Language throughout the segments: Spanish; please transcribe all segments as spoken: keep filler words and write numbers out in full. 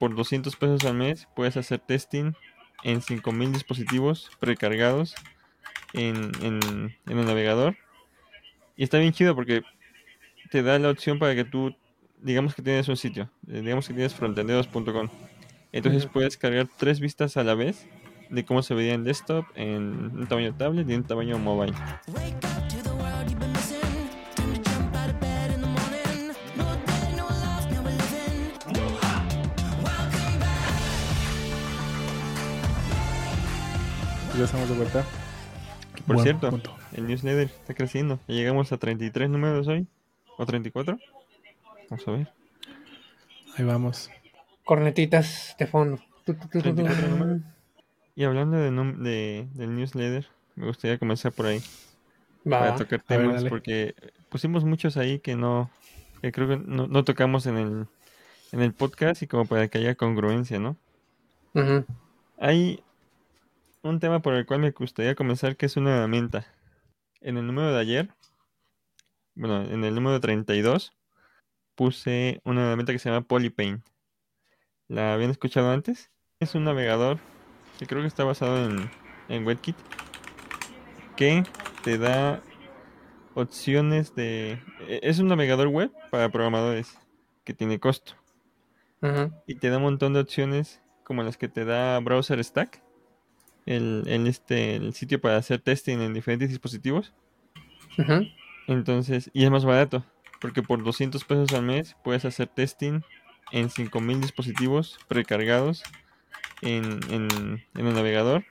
por doscientos pesos al mes puedes hacer testing en cinco mil dispositivos precargados en, en, en el navegador. Y está bien chido porque te da la opción para que tú, digamos que tienes un sitio, eh, digamos que tienes frontenderos punto com. Entonces Ujú. puedes cargar tres vistas a la vez de cómo se vería en desktop, en un tamaño tablet y en un tamaño mobile. Wake up to the world you've been missing. Time to jump out of bed in the morning. No day, no life, now we're living. Welcome back. Ya estamos de vuelta. Que por Buen cierto, punto. el newsletter está creciendo. Ya llegamos a treinta y tres números hoy. ¿O treinta y cuatro? Vamos a ver. Ahí vamos. Cornetitas de fondo. Tu, tu, tu, tu, treinta y cuatro números. tu. Y hablando de, num- de del newsletter, me gustaría comenzar por ahí. Va, Para va. tocar A ver, temas, dale. porque pusimos muchos ahí que no, que creo que no, no tocamos en el, en el podcast, y como para que haya congruencia, ¿no? Ujú. Hay un tema por el cual me gustaría comenzar, que es una herramienta. En el número de ayer, bueno, en el número treinta y dos, puse una herramienta que se llama Polypaint. ¿La habían escuchado antes? Es un navegador que creo que está basado en, en WebKit, que te da opciones de... e- Es un navegador web para programadores que tiene costo. Ujú. Y te da un montón de opciones como las que te da Browser Stack, el, el, este, el sitio para hacer testing en diferentes dispositivos. Ujú. Entonces, y es más barato, porque por doscientos pesos al mes puedes hacer testing en cinco mil dispositivos precargados en, en, en el navegador.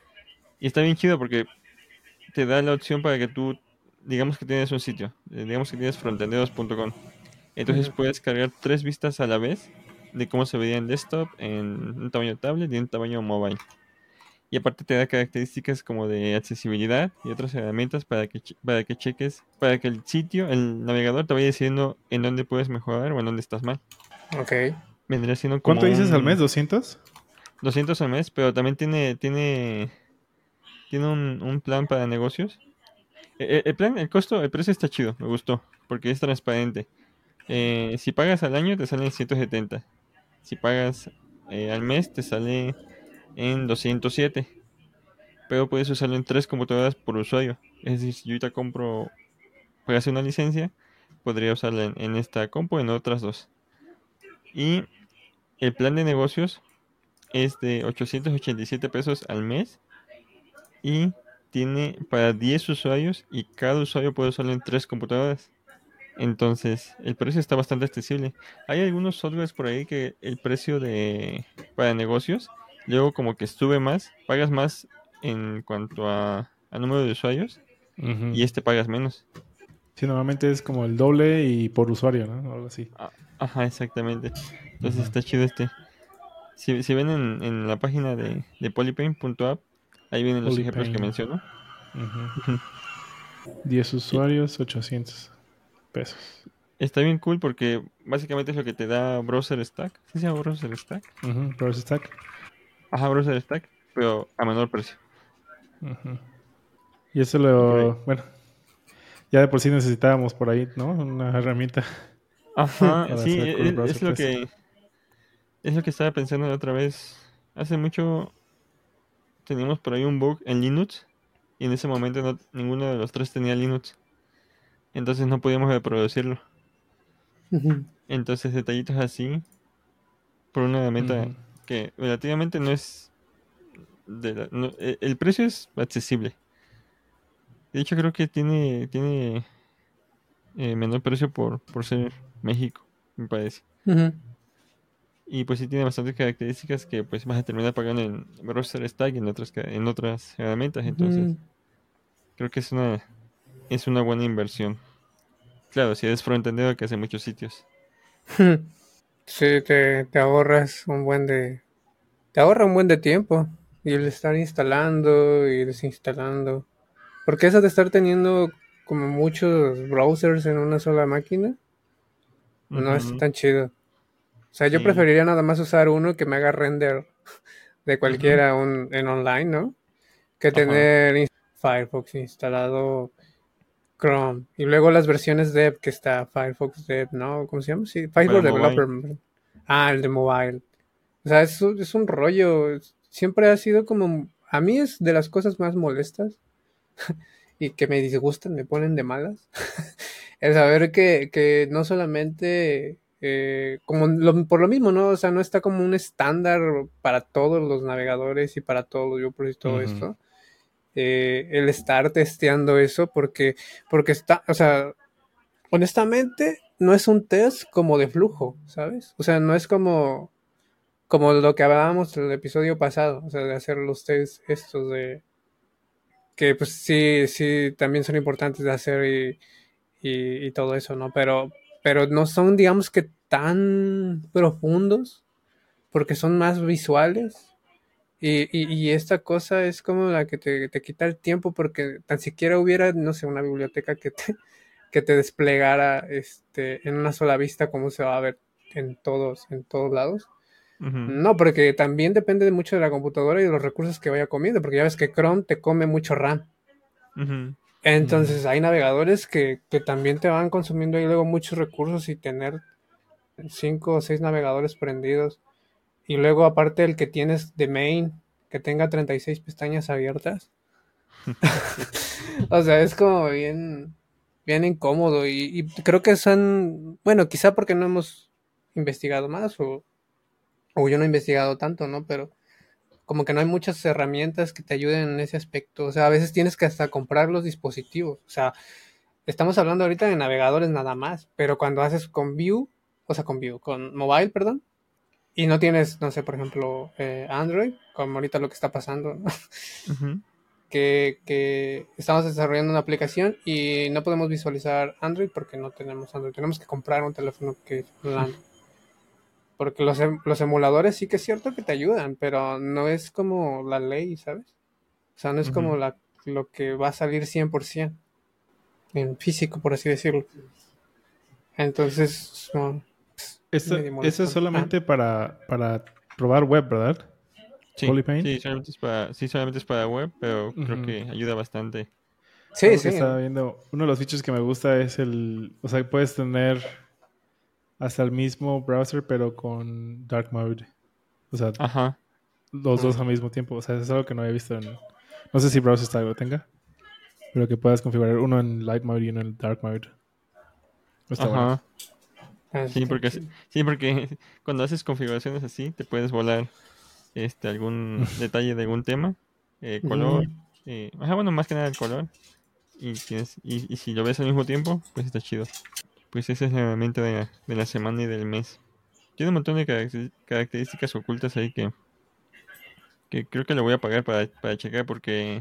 Y está bien chido porque te da la opción para que tú, digamos que tienes un sitio, eh, digamos que tienes frontenderos punto com. Entonces Ujú. puedes cargar tres vistas a la vez de cómo se vería en desktop, en un tamaño tablet y en un tamaño mobile. Y aparte te da características como de accesibilidad y otras herramientas para que, che- para que cheques, para que el sitio, el navegador te vaya diciendo en dónde puedes mejorar o en dónde estás mal. Ok. Vendría siendo como ¿Cuánto dices al mes? un ¿doscientos? doscientos al mes, pero también tiene, tiene, tiene un, un plan para negocios. E- e- El, plan, el costo, el precio está chido, me gustó, porque es transparente. Eh, si pagas al año te salen ciento setenta. Si pagas eh, al mes te sale en doscientos siete, pero puedes usarlo en tres computadoras por usuario. Es decir, si yo ahorita compro, pagas una licencia, podría usarla en, en esta compu, en otras dos. Y el plan de negocios es de ochocientos ochenta y siete pesos al mes y tiene para diez usuarios, y cada usuario puede usarlo en tres computadoras. Entonces, el precio está bastante accesible. Hay algunos softwares por ahí que el precio de para negocios luego como que sube más, pagas más en cuanto a, a número de usuarios, Ujú. y este pagas menos. Sí, normalmente es como el doble y por usuario, ¿no? Algo así. Ah, ajá, exactamente. Entonces Ujú. está chido este. Si, si ven en, en la página de, de polypaint punto app, ahí vienen los ejemplos que Polypain. menciono. Ujú. Ujú. diez Y usuarios, ochocientos pesos. está bien cool porque básicamente es lo que te da Browser Stack. ¿Sí se llama Browser Stack? Ujú. Browser Stack. Ajá, Browser Stack, pero a menor precio. Ujú. Y eso Y por ahí. lo... Bueno, ya de por sí necesitábamos por ahí, ¿no? Una herramienta Ajá, para sí, hacer e- e- cross-browser es lo test. que es lo que estaba pensando la otra vez. Hace mucho teníamos por ahí un bug en Linux, y en ese momento no, ninguno de los tres tenía Linux. Entonces no podíamos reproducirlo. Ujú. Entonces detallitos así por una herramienta Ujú. que relativamente no es de la- no- e- el precio es accesible. De hecho creo que tiene tiene eh, menor precio por por ser México, me parece. Ujú. Y pues sí tiene bastantes características que pues vas a terminar pagando en Browser Stack y en otras ca- en otras herramientas. Entonces Ujú. creo que es una es una buena inversión. Claro, si eres frontendero que hace muchos sitios. Sí, te, te ahorras un buen de, te ahorra un buen de tiempo y el estar instalando y desinstalando. Porque eso de estar teniendo como muchos browsers en una sola máquina no está Ujú, tan chido. O sea, yo sí. preferiría nada más usar uno que me haga render de Ujú, cualquiera un, en online, ¿no? Que ajá. tener ins- Firefox instalado, Chrome. Y luego las versiones dev que está Firefox Dev, ¿no? ¿Cómo se llama? Sí, Para Firefox mobile. Developer. Ah, el de mobile. O sea, es, un- es un rollo. Siempre ha sido como... A mí es de las cosas más molestas y que me disgustan, me ponen de malas. El saber que, que no solamente... eh, como lo- por lo mismo, ¿no? O sea, no está como un estándar para todos los navegadores y para todos los viewports y todo Ujú. esto. Eh, el estar testeando eso porque, porque está, o sea, honestamente, no es un test como de flujo, ¿sabes? O sea, no es como, como lo que hablábamos en el episodio pasado, o sea, de hacer los tests estos de que pues sí, sí, también son importantes de hacer y, y, y todo eso, ¿no? Pero, pero no son, digamos que tan profundos, porque son más visuales. Y, y, y esta cosa es como la que te, te quita el tiempo, porque tan siquiera hubiera, no sé, una biblioteca que te, que te desplegara este, en una sola vista cómo se va a ver en todos, en todos lados. Ujú, No, porque también depende mucho de la computadora y de los recursos que vaya comiendo, porque ya ves que Chrome te come mucho RAM. ujú, Entonces hay navegadores que, que también te van consumiendo ahí luego muchos recursos y tener cinco o seis navegadores prendidos. Y luego aparte el que tienes de main, que tenga treinta y seis pestañas abiertas. sí. O sea, es como bien, bien incómodo y, y creo que son, bueno, quizá porque no hemos investigado más o, o yo no he investigado tanto, ¿no? Pero como que no hay muchas herramientas que te ayuden en ese aspecto. O sea, a veces tienes que hasta comprar los dispositivos. O sea, estamos hablando ahorita de navegadores nada más, pero cuando haces con Vue, o sea, con Vue, con mobile, perdón, y no tienes, no sé, por ejemplo, eh, Android, como ahorita lo que está pasando, ¿no? Ujú, que, que estamos desarrollando una aplicación y no podemos visualizar Android porque no tenemos Android. Tenemos que comprar un teléfono que es un Android. Porque los, em- los emuladores sí que es cierto que te ayudan, pero no es como la ley, ¿sabes? O sea, no es como ujú. la, lo que va a salir cien por ciento en físico, por así decirlo. Entonces, no, Esto, medio eso es molesto. Ah, solamente para, para probar web, ¿verdad? Sí, Polypaint. sí, solamente es para, sí, solamente es para web, pero creo Ujú. que ayuda bastante. sí, Algo que sí. estaba viendo, uno de los features que me gusta es el, o sea, puedes tener hasta el mismo browser, pero con dark mode. O sea, Ajá. los dos al Mm. mismo tiempo. O sea, es algo que no había visto en... No sé si browser está lo tenga, pero que puedas configurar uno en light mode y uno en dark mode. Está bueno. Ajá. Ah, Sí, está porque así- chido. sí, porque cuando haces configuraciones así, te puedes volar este algún detalle de algún tema, eh, Ujú. color, eh, ajá, bueno, más que nada el color, y tienes, y, y si lo ves al mismo tiempo, pues está chido. Pues ese es el elemento de la, de la semana y del mes. Tiene un montón de caracter- características ocultas ahí que, que creo que lo voy a pagar para, para checar porque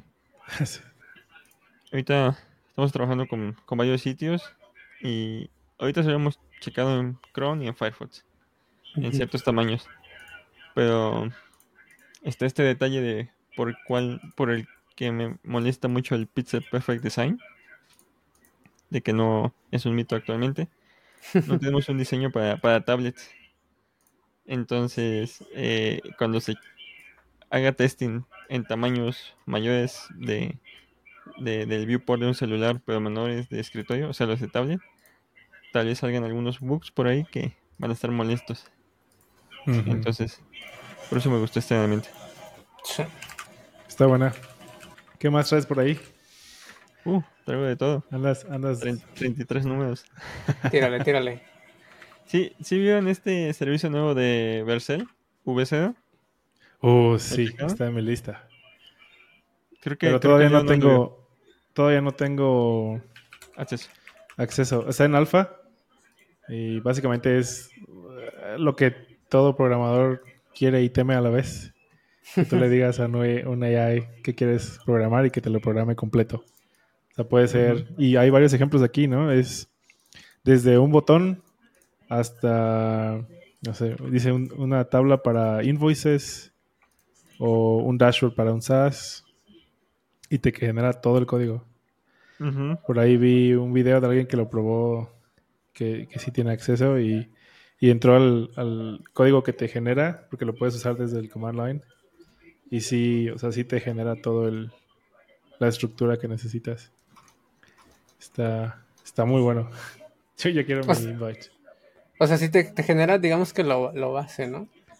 ahorita estamos trabajando con, con varios sitios y ahorita se lo hemos checado en Chrome y en Firefox, en Ujú. ciertos tamaños. Pero está este detalle de por cuál, por el que me molesta mucho el Pixel Perfect Design, de que no es un mito actualmente. No tenemos un diseño para, para tablets. Entonces, eh, cuando se haga testing en tamaños mayores de, de- del viewport de un celular, pero menores de escritorio, o sea, los de tablet, tal vez salgan algunos bugs por ahí que van a estar molestos. Ujú. Entonces, por eso me gustó extremadamente. Sí. Está buena. ¿Qué más traes por ahí? Uh, traigo de todo. Andas, andas. Trein- treinta y tres números. Tírale, tírale. Sí, sí vieron este servicio nuevo de Vercel, V C D. Oh, ¿Lo sí, checaron? está en mi lista. Creo que, Pero creo que todavía el Leo no no lo vio. tengo, todavía no tengo Acceso. acceso. Está en alfa y básicamente es eh, lo que todo programador quiere y teme a la vez. Que tú le digas a un un A I que quieres programar y que te lo programe completo. O sea, puede Ujú, ser, y hay varios ejemplos aquí, ¿no? Es desde un botón hasta, no sé, dice un- una tabla para invoices o un dashboard para un SaaS y te genera todo el código. ujú, Por ahí vi un video de alguien que lo probó, que, que sí tiene acceso y, y entró al, al código que te genera, porque lo puedes usar desde el command line. Y sí, o sea, sí te genera todo el, la estructura que necesitas. Está, está muy bueno. Yo ya quiero O, mi s- invite. o sea, sí te, te genera, digamos que lo, lo base, ¿no?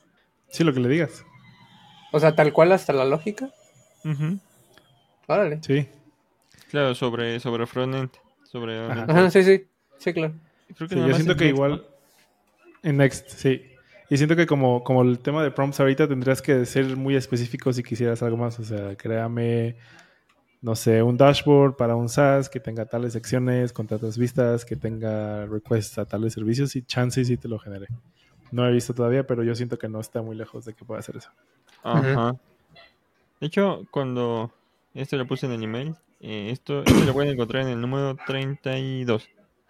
Sí, lo que le digas. O sea, tal cual hasta la lógica. Ujú. Órale. Sí. Claro, sobre, sobre frontend, sobre Ajá. Ajá, obviamente. sí, sí. Sí, claro. Creo que Sí, nada yo más siento en que Next, ¿no? igual en Next, sí. Y siento que como, como el tema de prompts ahorita tendrías que ser muy específico si quisieras algo más. O sea, créame, no sé, un dashboard para un SaaS que tenga tales secciones, con tantas vistas, que tenga requests a tales servicios y chance y sí te lo genere. No he visto todavía, pero yo siento que no está muy lejos de que pueda hacer eso. Ujú. Ajá. De hecho, cuando esto lo puse en el email, eh, esto, esto lo pueden encontrar en el número treinta y dos,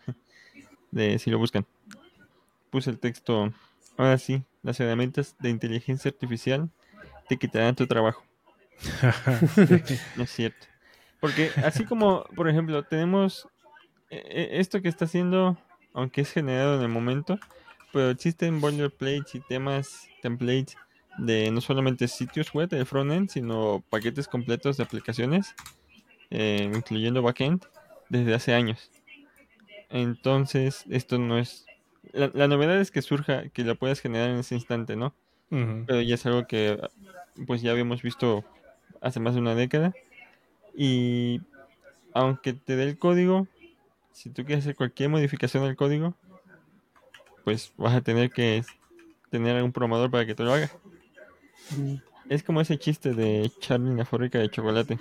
de si lo buscan. Puse el texto, ahora sí, las herramientas de inteligencia artificial te quitarán tu trabajo. Sí. No es cierto. Porque así como, por ejemplo, tenemos eh, eh, esto que está haciendo, aunque es generado en el momento, pero existen boilerplates y temas, templates de no solamente sitios web de frontend, sino paquetes completos de aplicaciones, eh, incluyendo backend, desde hace años. Entonces, esto no es... La, la novedad es que surja, que la puedas generar en ese instante, ¿no? Ujú. Pero ya es algo que pues ya habíamos visto hace más de una década. Y aunque te dé el código, si tú quieres hacer cualquier modificación al código, pues vas a tener que tener algún programador para que te lo haga. Mm. Es como ese chiste de Charlie en la fábrica de chocolate.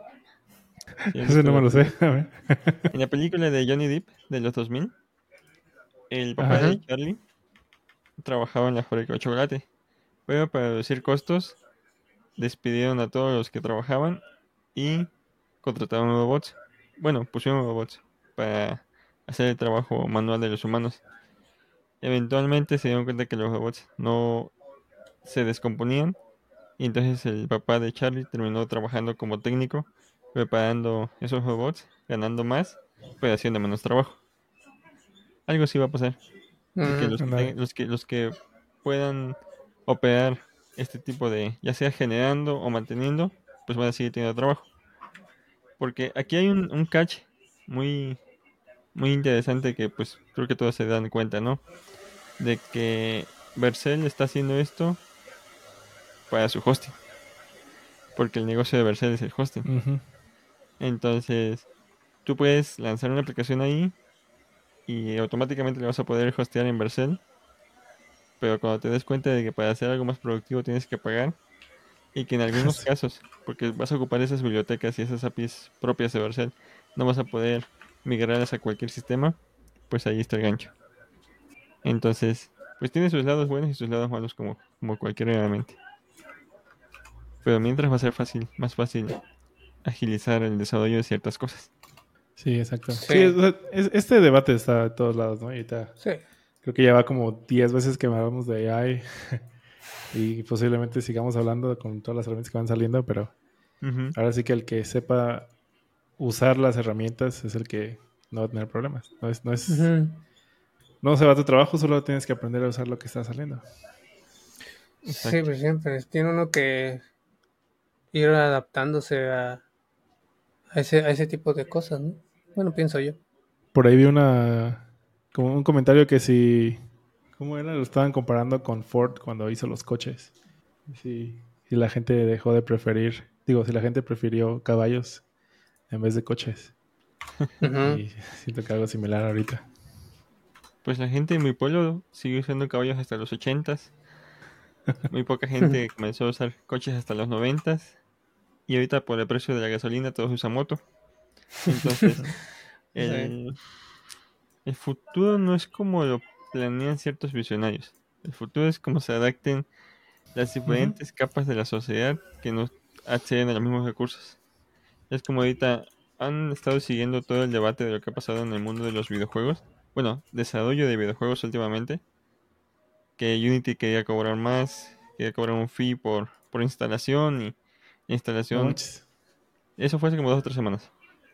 ¿Sí has Ese visto no me la lo sé. película? A ver. En la película de Johnny Depp de los dos mil, el papá Ajá. de Ujú. Charlie trabajaba en la fábrica de chocolate, pero para reducir costos despidieron a todos los que trabajaban y contrataron robots. Bueno, pusieron robots para hacer el trabajo manual de los humanos. Eventualmente se dieron cuenta que los robots no se descomponían y entonces el papá de Charlie terminó trabajando como técnico, preparando esos robots, ganando más, pero haciendo menos trabajo. Algo sí va a pasar, de que Ujú. los que, Ándale. tengan- los que, los que puedan operar este tipo de, ya sea generando o manteniendo, pues van a seguir teniendo trabajo. Porque aquí hay un, un catch muy, muy interesante que pues creo que todos se dan cuenta, ¿no? De que Vercel está haciendo esto para su hosting, porque el negocio de Vercel es el hosting. Ujú. Entonces, tú puedes lanzar una aplicación ahí y automáticamente le vas a poder hostear en Vercel, pero cuando te des cuenta de que para hacer algo más productivo tienes que pagar y que en algunos Sí. casos, porque vas a ocupar esas bibliotecas y esas A P Is propias de Vercel, no vas a poder migrarlas a cualquier sistema, pues ahí está el gancho. Entonces, pues tiene sus lados buenos y sus lados malos como, como cualquier herramienta. Pero mientras va a ser fácil, más fácil agilizar el desarrollo de ciertas cosas. Sí, exacto. Sí, Sí, es- o sea, es- este debate está de todos lados, ¿no? Y ahorita sí. creo que ya va como diez veces que hablamos de A I y posiblemente sigamos hablando con todas las herramientas que van saliendo, pero Ujú, ahora sí que el que sepa usar las herramientas es el que no va a tener problemas. No es, no es, Ujú. no se va tu trabajo, solo tienes que aprender a usar lo que está saliendo. Sí, exacto. pues siempre. Tiene uno que ir adaptándose a, a ese, a ese tipo de cosas, ¿no? Bueno, pienso yo. Por ahí vi una, como un comentario que si, ¿cómo era? Lo estaban comparando con Ford cuando hizo los coches. Si, si la gente dejó de preferir, digo, si la gente prefirió caballos en vez de coches. Ujú. Y siento que algo similar ahorita. Pues la gente en mi pueblo sigue usando caballos hasta los ochentas. Muy poca gente comenzó a usar coches hasta los noventas. Y ahorita por el precio de la gasolina todos usan moto. Entonces, Sí. el, el futuro no es como lo planean ciertos visionarios. El futuro es como se adapten las Ujú. diferentes capas de la sociedad que no acceden a los mismos recursos. Es como ahorita han estado siguiendo todo el debate de lo que ha pasado en el mundo de los videojuegos. Bueno, desarrollo de videojuegos últimamente. Que Unity quería cobrar más, quería cobrar un fee por, por instalación y No instalación. manches. Eso fue hace como dos o tres semanas.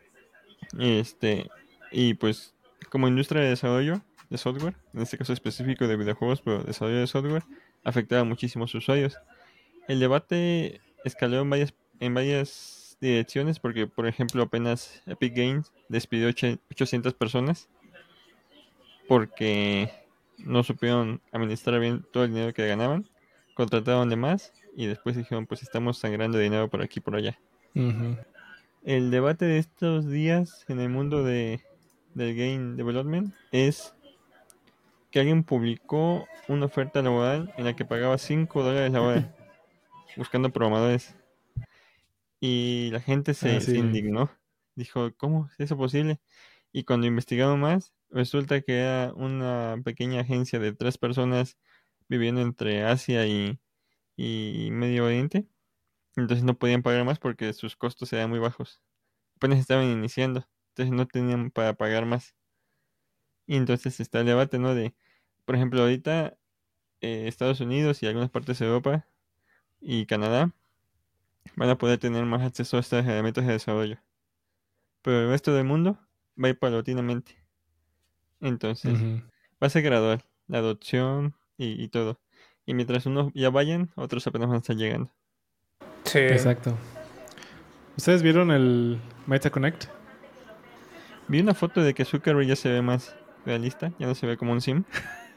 Este, y pues como industria de desarrollo de software, en este caso específico de videojuegos, pero desarrollo de software, afectaba a muchísimos usuarios. El debate escaló en varias, en varias direcciones porque, por ejemplo, apenas Epic Games despidió ocho- ochocientas personas porque no supieron administrar bien todo el dinero que ganaban contrataron de más y después dijeron, pues estamos sangrando dinero por aquí y por allá. Ujú. El debate de estos días en el mundo de, del game development es que alguien publicó una oferta laboral en la que pagaba cinco dólares la hora buscando programadores y la gente Ah, se, se sí, vi. indignó. Dijo, ¿cómo es eso posible? Y cuando investigaron más, resulta que era una pequeña agencia de tres personas viviendo entre Asia y, y Medio Oriente. Entonces no podían pagar más porque sus costos eran muy bajos. Apenas estaban iniciando, entonces no tenían para pagar más. Y entonces está el debate, ¿no? De, por ejemplo, ahorita eh, Estados Unidos y algunas partes de Europa y Canadá van a poder tener más acceso a estos elementos de desarrollo. Pero el resto del mundo va a ir paulatinamente. Entonces, Ujú. va a ser gradual, la adopción y, y todo. Y mientras unos ya vayan, otros apenas van a estar llegando. Sí. Exacto. ¿Ustedes vieron el Meta Connect? Vi una foto de que Zuckerberg ya se ve más realista, ya no se ve como un sim.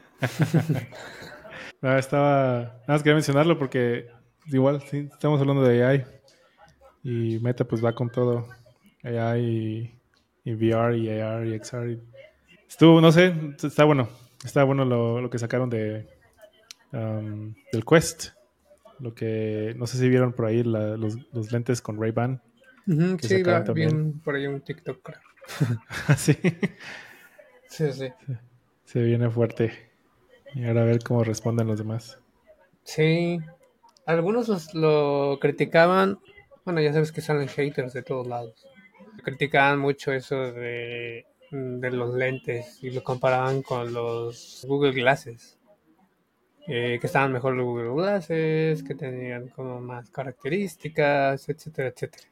Ah, estaba. Nada más quería mencionarlo porque igual, sí, estamos hablando de A I. Y Meta pues va con todo. A I y, y V R y A R y X R. Estuvo, no sé, está bueno. Está bueno lo, lo que sacaron de um, del Quest. Lo que, no sé si vieron por ahí la- los, los lentes con Ray-Ban Ujú, que sí, va sacaron también. bien por ahí un TikTok, creo. Así. Sí, sí. Se viene fuerte. Y ahora a ver cómo responden los demás. Sí. Algunos los- lo criticaban. Bueno, ya sabes que salen haters de todos lados. Criticaban mucho eso de, de los lentes y lo comparaban con los Google Glasses. Eh, que estaban mejor los Google Glasses, que tenían como más características, etcétera, etcétera.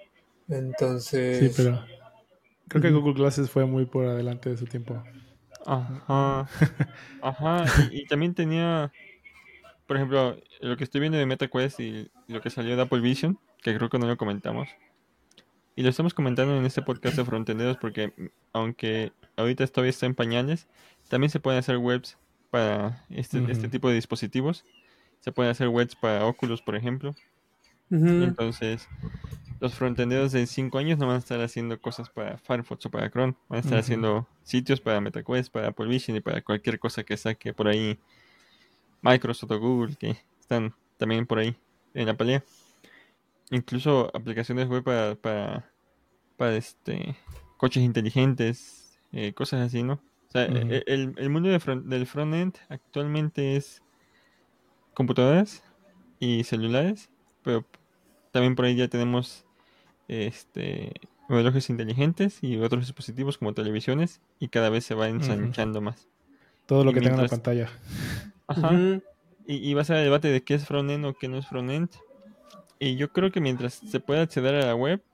Sí, Entonces, pero creo que ujú, Google Glasses fue muy por adelante de su tiempo. Ajá, ajá. Y, y también tenía, por ejemplo, lo que estoy viendo de MetaQuest y lo que salió de Apple Vision, que creo que no lo comentamos. Y lo estamos comentando en este podcast de Fronteneros porque mm, aunque ahorita todavía está en pañales, también se pueden hacer webs para este, este Ujú, tipo de dispositivos. Se pueden hacer webs para Oculus, por ejemplo. ujú, Entonces, los fronteneros de cinco años no van a estar haciendo cosas para Firefox o para Chrome. Van a estar ujú. haciendo sitios para MetaQuest, para Apple Vision y para cualquier cosa que saque por ahí Microsoft o Google, que están también por ahí en la pelea. Incluso aplicaciones web para, para, para este, coches inteligentes, eh, cosas así, ¿no? O sea, e- Ujú, e- el, el mundo de front- del frontend actualmente es computadoras y celulares, pero también por ahí ya tenemos este, relojes inteligentes y otros dispositivos como televisiones y cada vez se va ujú. ensanchando más. Todo lo Y que tenga una mientras, pantalla. ajá, ujú. y, y va a ser el debate de qué es frontend o qué no es frontend. Y yo creo que mientras se pueda acceder a la web,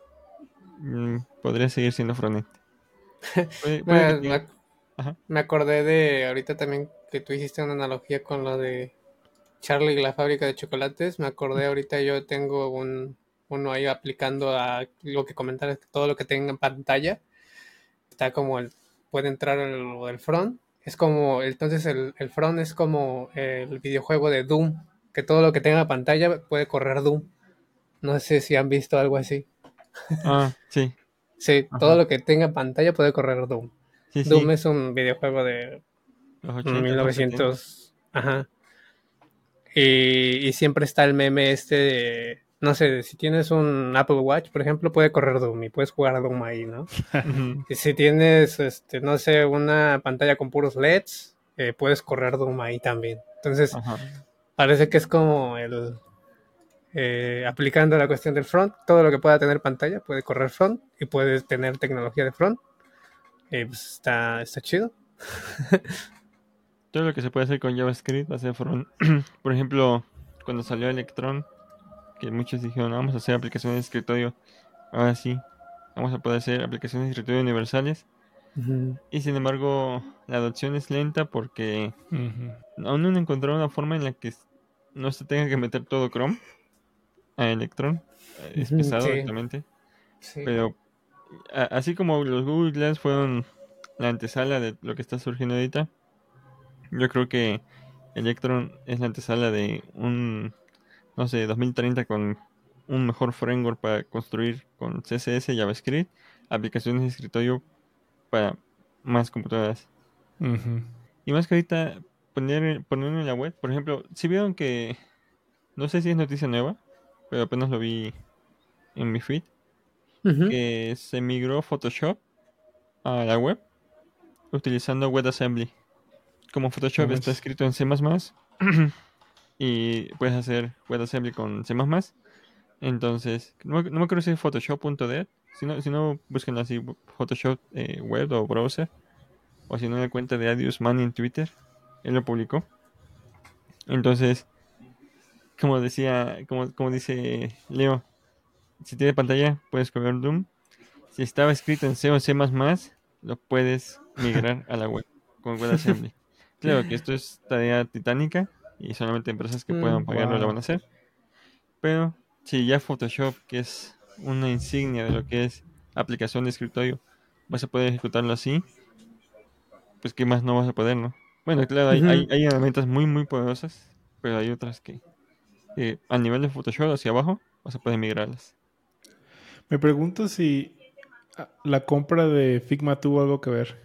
mm, podría seguir siendo frontend. Puede, puede que Me, tenga, me- ajá, me acordé de ahorita también que tú hiciste una analogía con lo de Charlie y la fábrica de chocolates. Me acordé ahorita yo tengo un uno ahí aplicando a lo que comentabas, todo lo que tenga en pantalla. Está como el, puede entrar en lo del front. Es como, entonces el, el front es como el videojuego de Doom, que todo lo que tenga pantalla puede correr Doom. No sé si han visto algo así. ah, sí, Sí, todo ajá, lo que tenga pantalla puede correr Doom. sí, Doom sí, es un videojuego de los ochenta, ¿no? Setenta. mil novecientos. Ajá. Y, y siempre está el meme este de, no sé, si tienes un Apple Watch, por ejemplo, puede correr Doom y puedes jugar a Doom ahí, ¿no? Ujú, Y si tienes, este, no sé, una pantalla con puros L E Ds, eh, puedes correr Doom ahí también. Entonces, ajá. parece que es como el, eh, aplicando la cuestión del front, todo lo que pueda tener pantalla puede correr front y puedes tener tecnología de front. Y pues está, está chido. Todo lo que se puede hacer con JavaScript va a ser front. Por ejemplo, cuando salió Electron, que muchos dijeron, "No, vamos a hacer aplicaciones de escritorio. Ahora sí, vamos a poder hacer aplicaciones de escritorio universales. Ujú. Y sin embargo, la adopción es lenta porque Ujú, aún no han encontrado una forma en la que s- no se tenga que meter todo Chrome a Electron. Eh, Es Ujú, pesado sí, actualmente. sí. Pero a- así como los Google Glass fueron la antesala de lo que está surgiendo ahorita, yo creo que Electron es la antesala de un, no sé, dos mil treinta con un mejor framework para construir con C S S y JavaScript aplicaciones de escritorio para más computadoras. Ujú. Y más que ahorita poner, ponerlo en la web, por ejemplo, si vieron que, no sé si es noticia nueva, pero apenas lo vi en mi feed, Ujú. que se migró Photoshop a la web utilizando WebAssembly. Como No Photoshop está manches. escrito en C++ y puedes hacer WebAssembly con C++, entonces, no, me no me acuerdo si es photoshop.dev, si no, si no busquen así Photoshop eh, web o browser, o si no en la cuenta de Adius Man en Twitter, él lo publicó. Entonces, como decía, como, como dice Leo, si tiene pantalla puedes coger Doom. Si estaba escrito en C o C++, lo puedes migrar a la web con WebAssembly. Claro que esto es tarea titánica y solamente empresas que puedan Mm. pagarlo lo van Wow. a hacer. Pero si ya Photoshop, que es una insignia de lo que es aplicación de escritorio, vas a poder ejecutarlo así, pues qué más no vas a poder, ¿no? Bueno, claro, hay, hay, Ujú. hay herramientas muy, muy poderosas, pero hay otras que eh, a nivel de Photoshop hacia abajo vas a poder migrarlas. Me pregunto si ah, la compra de Figma tuvo algo que ver.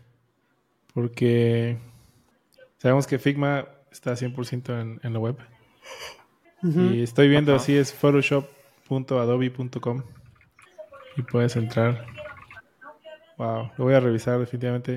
Porque sabemos que Figma está cien por ciento en, en la web. Ujú. Y estoy viendo Ajá. así es photoshop punto adobe punto com. Y puedes entrar. Wow, lo voy a revisar definitivamente.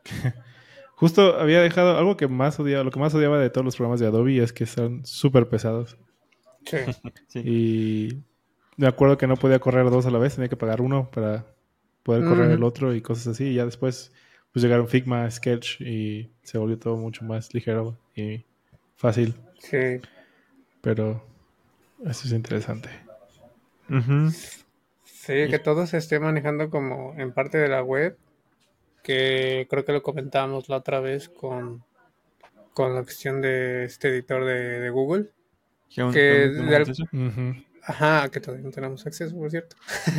Justo había dejado algo que más odiaba, lo que más odiaba de todos los programas de Adobe es que son súper pesados. Sí. Sí. Y me acuerdo que no podía correr dos a la vez, tenía que pagar uno para poder correr el Ujú. otro y cosas así. Y ya después pues llegaron Figma, Sketch y se volvió todo mucho más ligero y fácil. Sí. Pero eso es interesante. Ujú. Sí, Y que es- todo se esté manejando como en parte de la web, que creo que lo comentábamos la otra vez con, con la cuestión de este editor de, de Google, que aún, que que aún no de tenemos al- acceso. Ujú. ajá, que todavía no tenemos acceso, por cierto.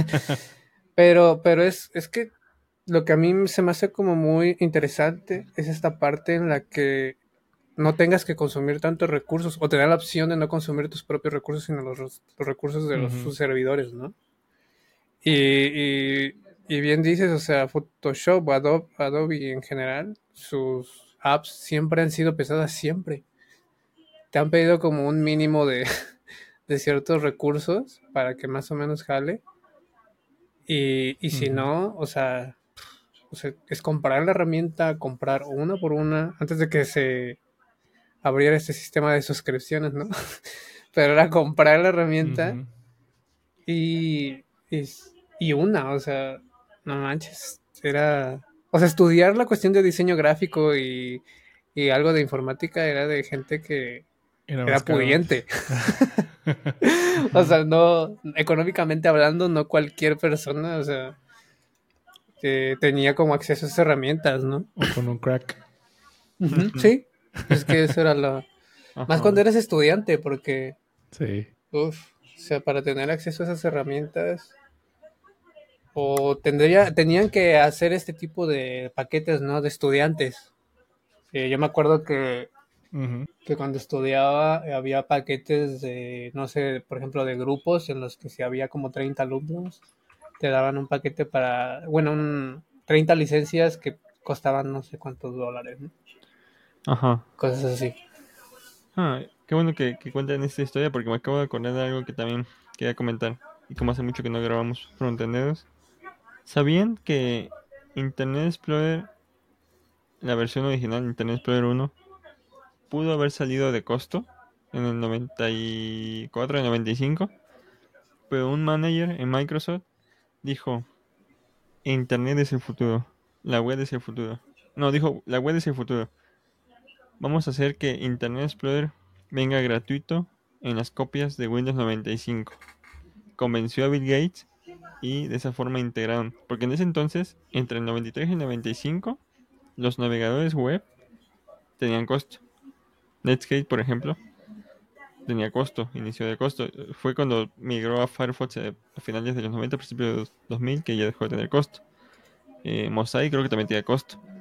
Pero, pero es, es que lo que a mí se me hace como muy interesante es esta parte en la que no tengas que consumir tantos recursos o te da la opción de no consumir tus propios recursos, sino los, los recursos de los, Ujú. sus servidores, ¿no? Y, y, y bien dices, o sea, Photoshop o Adobe, Adobe en general, sus apps siempre han sido pesadas, siempre. Te han pedido como un mínimo de, de ciertos recursos para que más o menos jale. Y, y si Ujú. no, o sea, o sea, es comprar la herramienta, comprar una por una, antes de que se abriera este sistema de suscripciones, ¿no? Pero era comprar la herramienta Ujú. y, y, y una, o sea, no manches, era, o sea, estudiar la cuestión de diseño gráfico y, y algo de informática era de gente que Era más era caro antes. pudiente. O Ujú. sea, no, económicamente hablando, no cualquier persona, o sea, que tenía como acceso a esas herramientas, ¿no? O con un crack. Ujú, sí, es que eso era lo... Más cuando Ajá. eres estudiante, porque, Sí. uff, o sea, para tener acceso a esas herramientas, o tendría, tenían que hacer este tipo de paquetes, ¿no? De estudiantes. Eh, yo me acuerdo que, Ujú. que cuando estudiaba eh, había paquetes de, no sé, por ejemplo, de grupos en los que si había como treinta alumnos, te daban un paquete para, bueno, un, treinta licencias que costaban no sé cuántos dólares, ¿no? Ajá. Cosas así. Ah, qué bueno que, que cuenten esta historia porque me acabo de acordar de algo que también quería comentar. Y como hace mucho que no grabamos Frontenderos, ¿sabían que Internet Explorer, la versión original Internet Explorer uno, pudo haber salido de costo en el noventa y cuatro y noventa y cinco? Pero un manager en Microsoft dijo, Internet es el futuro, la web es el futuro. No, dijo, la web es el futuro. Vamos a hacer que Internet Explorer venga gratuito en las copias de Windows noventa y cinco. Convenció a Bill Gates y de esa forma integraron. Porque en ese entonces, entre el noventa y tres y el noventa y cinco, los navegadores web tenían costo. Netscape, por ejemplo, tenía costo, inicio de costo. Fue cuando migró a Firefox a a finales de los noventa, principios de los dos mil, que ya dejó de tener costo. Eh, Mosaic creo que también tenía costo.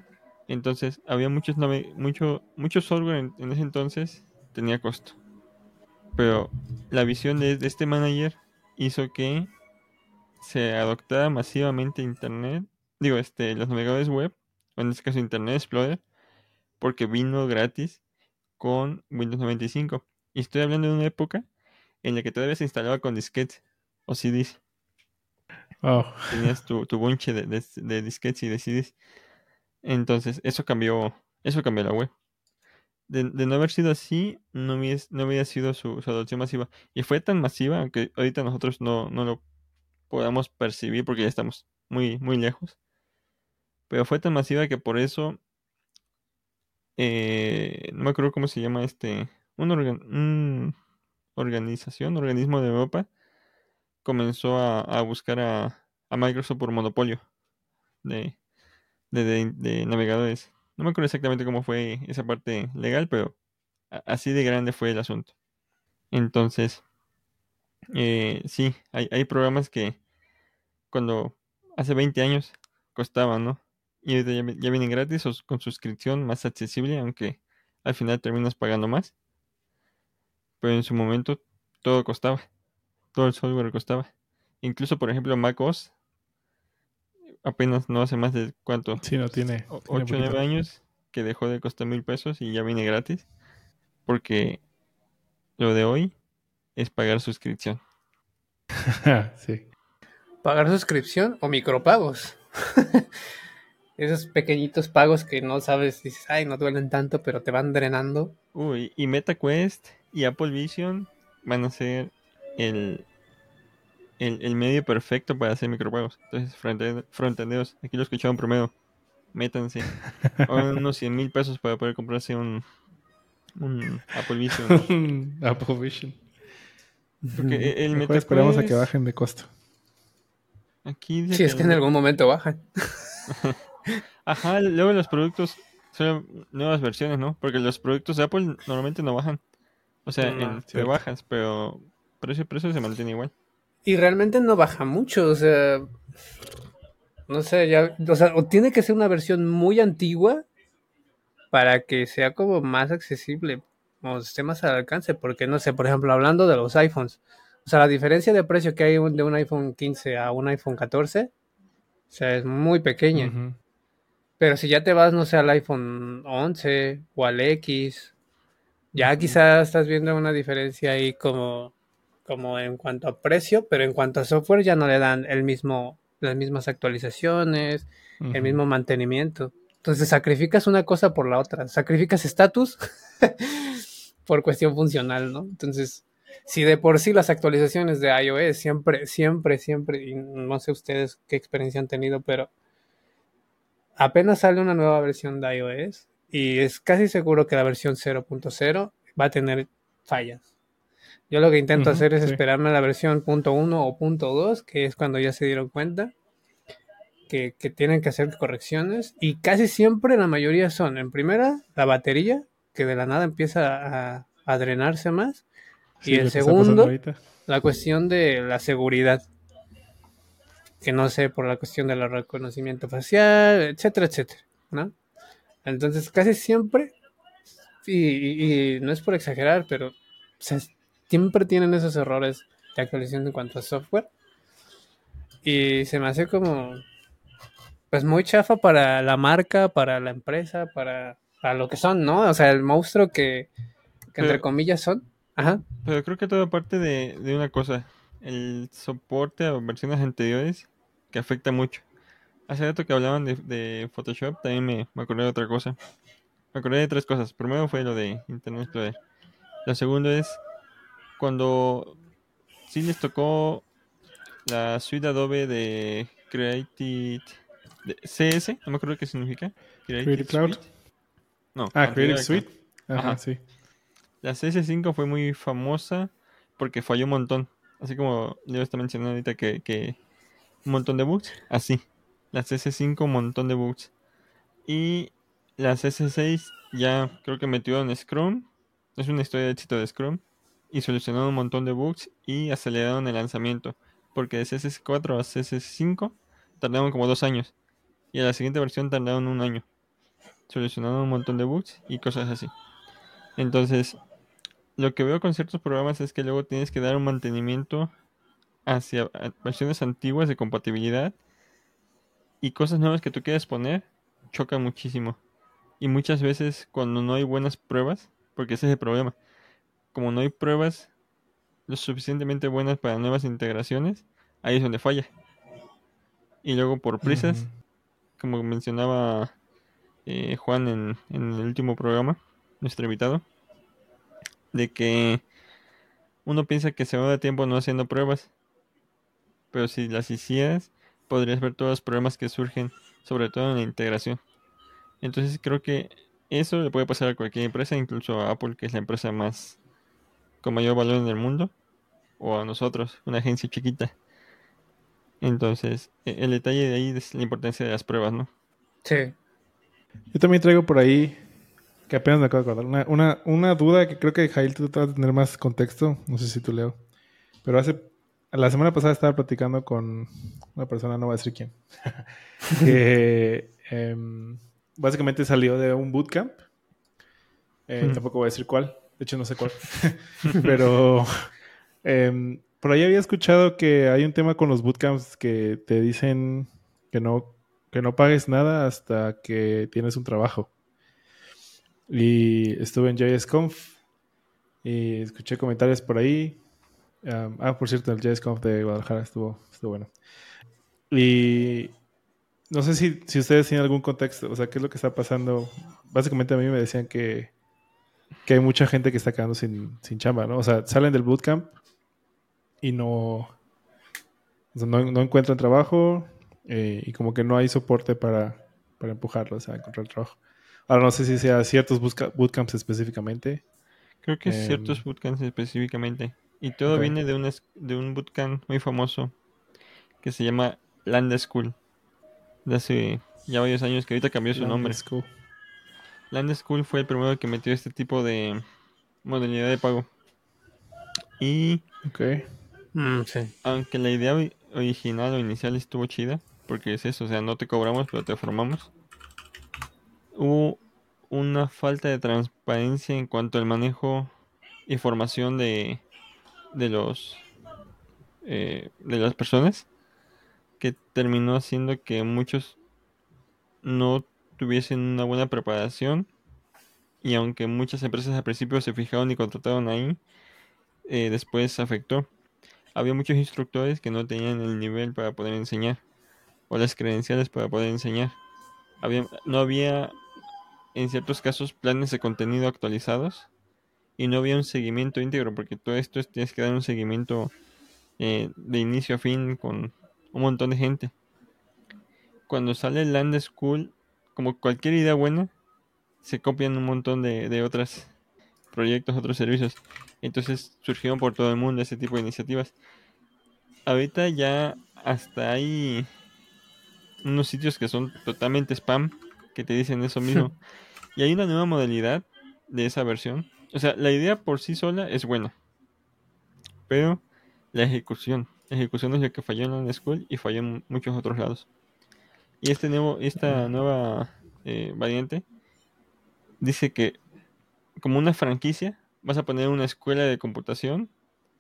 Entonces, había muchos nave- mucho, mucho software en, en ese entonces, tenía costo. Pero la visión de, de este manager hizo que se adoptara masivamente Internet, digo, este, los navegadores web, o en este caso Internet Explorer, porque vino gratis con Windows noventa y cinco. Y estoy hablando de una época en la que todavía se instalaba con disquetes o C Ds. Oh, Tenías tu, tu bunche de, de, de disquetes y de C Ds. Entonces, eso cambió, eso cambió la web. De, de no haber sido así, no hubiese, no había sido su, su adopción masiva. Y fue tan masiva, aunque ahorita nosotros no, no lo podamos percibir porque ya estamos muy, muy lejos. Pero fue tan masiva que por eso, eh, no me acuerdo cómo se llama este, un, organ- un organización, organismo de Europa, comenzó a, a buscar a, a Microsoft por monopolio de, de, de- de navegadores. No me acuerdo exactamente cómo fue esa parte legal, pero a- así de grande fue el asunto. Entonces, eh, sí, hay, hay programas que cuando hace veinte años costaban, ¿no? Y ahorita ya, vi- ya vienen gratis o s- con suscripción más accesible, aunque al final terminas pagando más. Pero en su momento todo costaba, todo el software costaba. Incluso, por ejemplo, macOS apenas no hace más de cuánto, sí, no tiene, tiene ocho o poquito. nueve años que dejó de costar mil pesos y ya viene gratis, porque lo de hoy es pagar suscripción. Sí. Pagar suscripción o micropagos. Esos pequeñitos pagos que no sabes, dices, ay, no duelen tanto, pero te van drenando. Uy, y MetaQuest y Apple Vision van a ser el, el, el medio perfecto para hacer micropagos. Entonces, fronte- fronteneros, aquí lo escucharon promedio, métanse. Ahorren unos cien mil pesos para poder comprarse un, un Apple Vision. Apple Vision. Porque e- el Mejor esperamos a que MetaQuest, bajen de costo. aquí dice Si que es el que en Met- algún momento bajan. Ajá, luego los productos son nuevas versiones, ¿no? Porque los productos de Apple normalmente no bajan. O sea, No. en Cierto. rebajas, pero precio precio se mantiene igual. Y realmente no baja mucho, o sea, no sé, ya, o sea, o tiene que ser una versión muy antigua para que sea como más accesible o esté más al alcance, porque no sé, por ejemplo, hablando de los iPhones, o sea, la diferencia de precio que hay un- de un iPhone quince a un iPhone catorce, o sea, es muy pequeña. Ujú, Pero si ya te vas, no sé, al iPhone once o al X, ya ujú. quizás estás viendo una diferencia ahí como, como en cuanto a precio, pero en cuanto a software ya no le dan el mismo, las mismas actualizaciones, el Ujú. mismo mantenimiento. Entonces sacrificas una cosa por la otra, sacrificas estatus por cuestión funcional, ¿no? Entonces, si de por sí las actualizaciones de iOS siempre, siempre, siempre, y no sé ustedes qué experiencia han tenido, pero apenas sale una nueva versión de iOS y es casi seguro que la versión cero punto cero va a tener fallas. Yo lo que intento Ujú, hacer es sí. esperarme a la versión punto uno o punto dos, que es cuando ya se dieron cuenta que, que tienen que hacer correcciones. Y casi siempre la mayoría son, en primera, la batería, que de la nada empieza a, a drenarse más. Y Sí, en lo que está pasando segundo, ahorita. la cuestión de la seguridad, que no sé, por la cuestión del reconocimiento facial, etcétera, etcétera, ¿no? Entonces, casi siempre, y, y- y no es por exagerar, pero o sea, siempre tienen esos errores de actualización en cuanto a software. Y se me hace como, pues muy chafa para la marca, para la empresa, para, para lo que son, ¿no? O sea, el monstruo que, que entre Pero, comillas son. Ajá. pero creo que todo parte de, de una cosa, el soporte a versiones anteriores que afecta mucho. Hace rato que hablaban de, de Photoshop, también me, me acordé de otra cosa. Me acordé de tres cosas. Primero fue lo de Internet Explorer. Lo segundo es cuando sí les tocó la suite Adobe de Creative de C S, no me acuerdo qué significa. Creative Creative Cloud. Suite. No, Ah, anterior Creative acá. Suite. Ajá, Ajá. sí. La C S cinco fue muy famosa porque falló un montón. Así como yo está mencionando ahorita que, que un montón de bugs. Así. La C S cinco un montón de bugs. Y la C S seis ya creo que metió en Scrum. Es una historia de éxito de Scrum. Y solucionaron un montón de bugs y aceleraron el lanzamiento. Porque de C S cuatro a C S cinco tardaron como dos años. Y a la siguiente versión tardaron un año. solucionando un montón de bugs y cosas así. Entonces, lo que veo con ciertos programas es que luego tienes que dar un mantenimiento hacia a- versiones antiguas de compatibilidad y cosas nuevas que tú quieres poner, choca muchísimo. Y muchas veces cuando no hay buenas pruebas, porque ese es el problema, como no hay pruebas lo suficientemente buenas para nuevas integraciones, ahí es donde falla. Y luego por prisas, Ujú. como mencionaba eh, Juan en, en el último programa, nuestro invitado, de que uno piensa que se va a dar tiempo no haciendo pruebas, pero si las hicieras, podrías ver todos los problemas que surgen, sobre todo en la integración. Entonces creo que eso le puede pasar a cualquier empresa, incluso a Apple, que es la empresa más con mayor valor en el mundo, o a nosotros, una agencia chiquita. Entonces, e- el detalle de ahí es la importancia de las pruebas, ¿no? Sí. Yo también traigo por ahí, que apenas me acabo de acordar, una, una, una duda que creo que Jail tú vas a tener más contexto. No sé si tú, Leo. Pero hace. La semana pasada estaba platicando con una persona, no voy a decir quién, que em, básicamente salió de un bootcamp. Eh, tampoco voy a decir cuál. De hecho, no sé cuál. Pero em, por ahí había escuchado que hay un tema con los bootcamps que te dicen que no, que no pagues nada hasta que tienes un trabajo. Y estuve en JSConf y escuché comentarios por ahí. Um, ah, por cierto, el JSConf de Guadalajara estuvo, estuvo bueno. Y no sé si, si ustedes tienen algún contexto, o sea, qué es lo que está pasando. Básicamente a mí me decían que, que hay mucha gente que está quedando sin, sin chamba, ¿no? O sea, salen del bootcamp y no, o sea, no, no encuentran trabajo eh, y como que no hay soporte para, para empujarlos a encontrar trabajo. Ahora no sé si sea ciertos busca- bootcamps específicamente. Creo que Eh, ciertos bootcamps específicamente. Y todo ok. viene de un, es- de un bootcamp muy famoso que se llama Land School, de hace ya varios años, que ahorita cambió su Land nombre. School. Land School fue el primero que metió este tipo de modalidad de pago. Y Ok. Mm, sí. aunque la idea ori- original o inicial estuvo chida, porque es eso, o sea, no te cobramos, pero te formamos, hubo una falta de transparencia en cuanto al manejo y formación de, de los eh, de las personas, que terminó haciendo que muchos no tuviesen una buena preparación, y aunque muchas empresas al principio se fijaron y contrataron ahí, eh, después afectó. Había muchos instructores que no tenían el nivel para poder enseñar o las credenciales para poder enseñar. Había, no había en ciertos casos planes de contenido actualizados y no había un seguimiento íntegro, porque todo esto es- tienes que dar un seguimiento eh, de inicio a fin con un montón de gente. Cuando sale Land School, como cualquier idea buena, se copian un montón de, de otros proyectos, otros servicios. Entonces surgieron por todo el mundo ese tipo de iniciativas. Ahorita ya hasta hay unos sitios que son totalmente spam que te dicen eso mismo. Y hay una nueva modalidad de esa versión. O sea, la idea por sí sola es buena, pero la ejecución, la ejecución es lo que falló en Land School y falló en muchos otros lados. Y este nuevo, esta nueva eh, variante dice que como una franquicia vas a poner una escuela de computación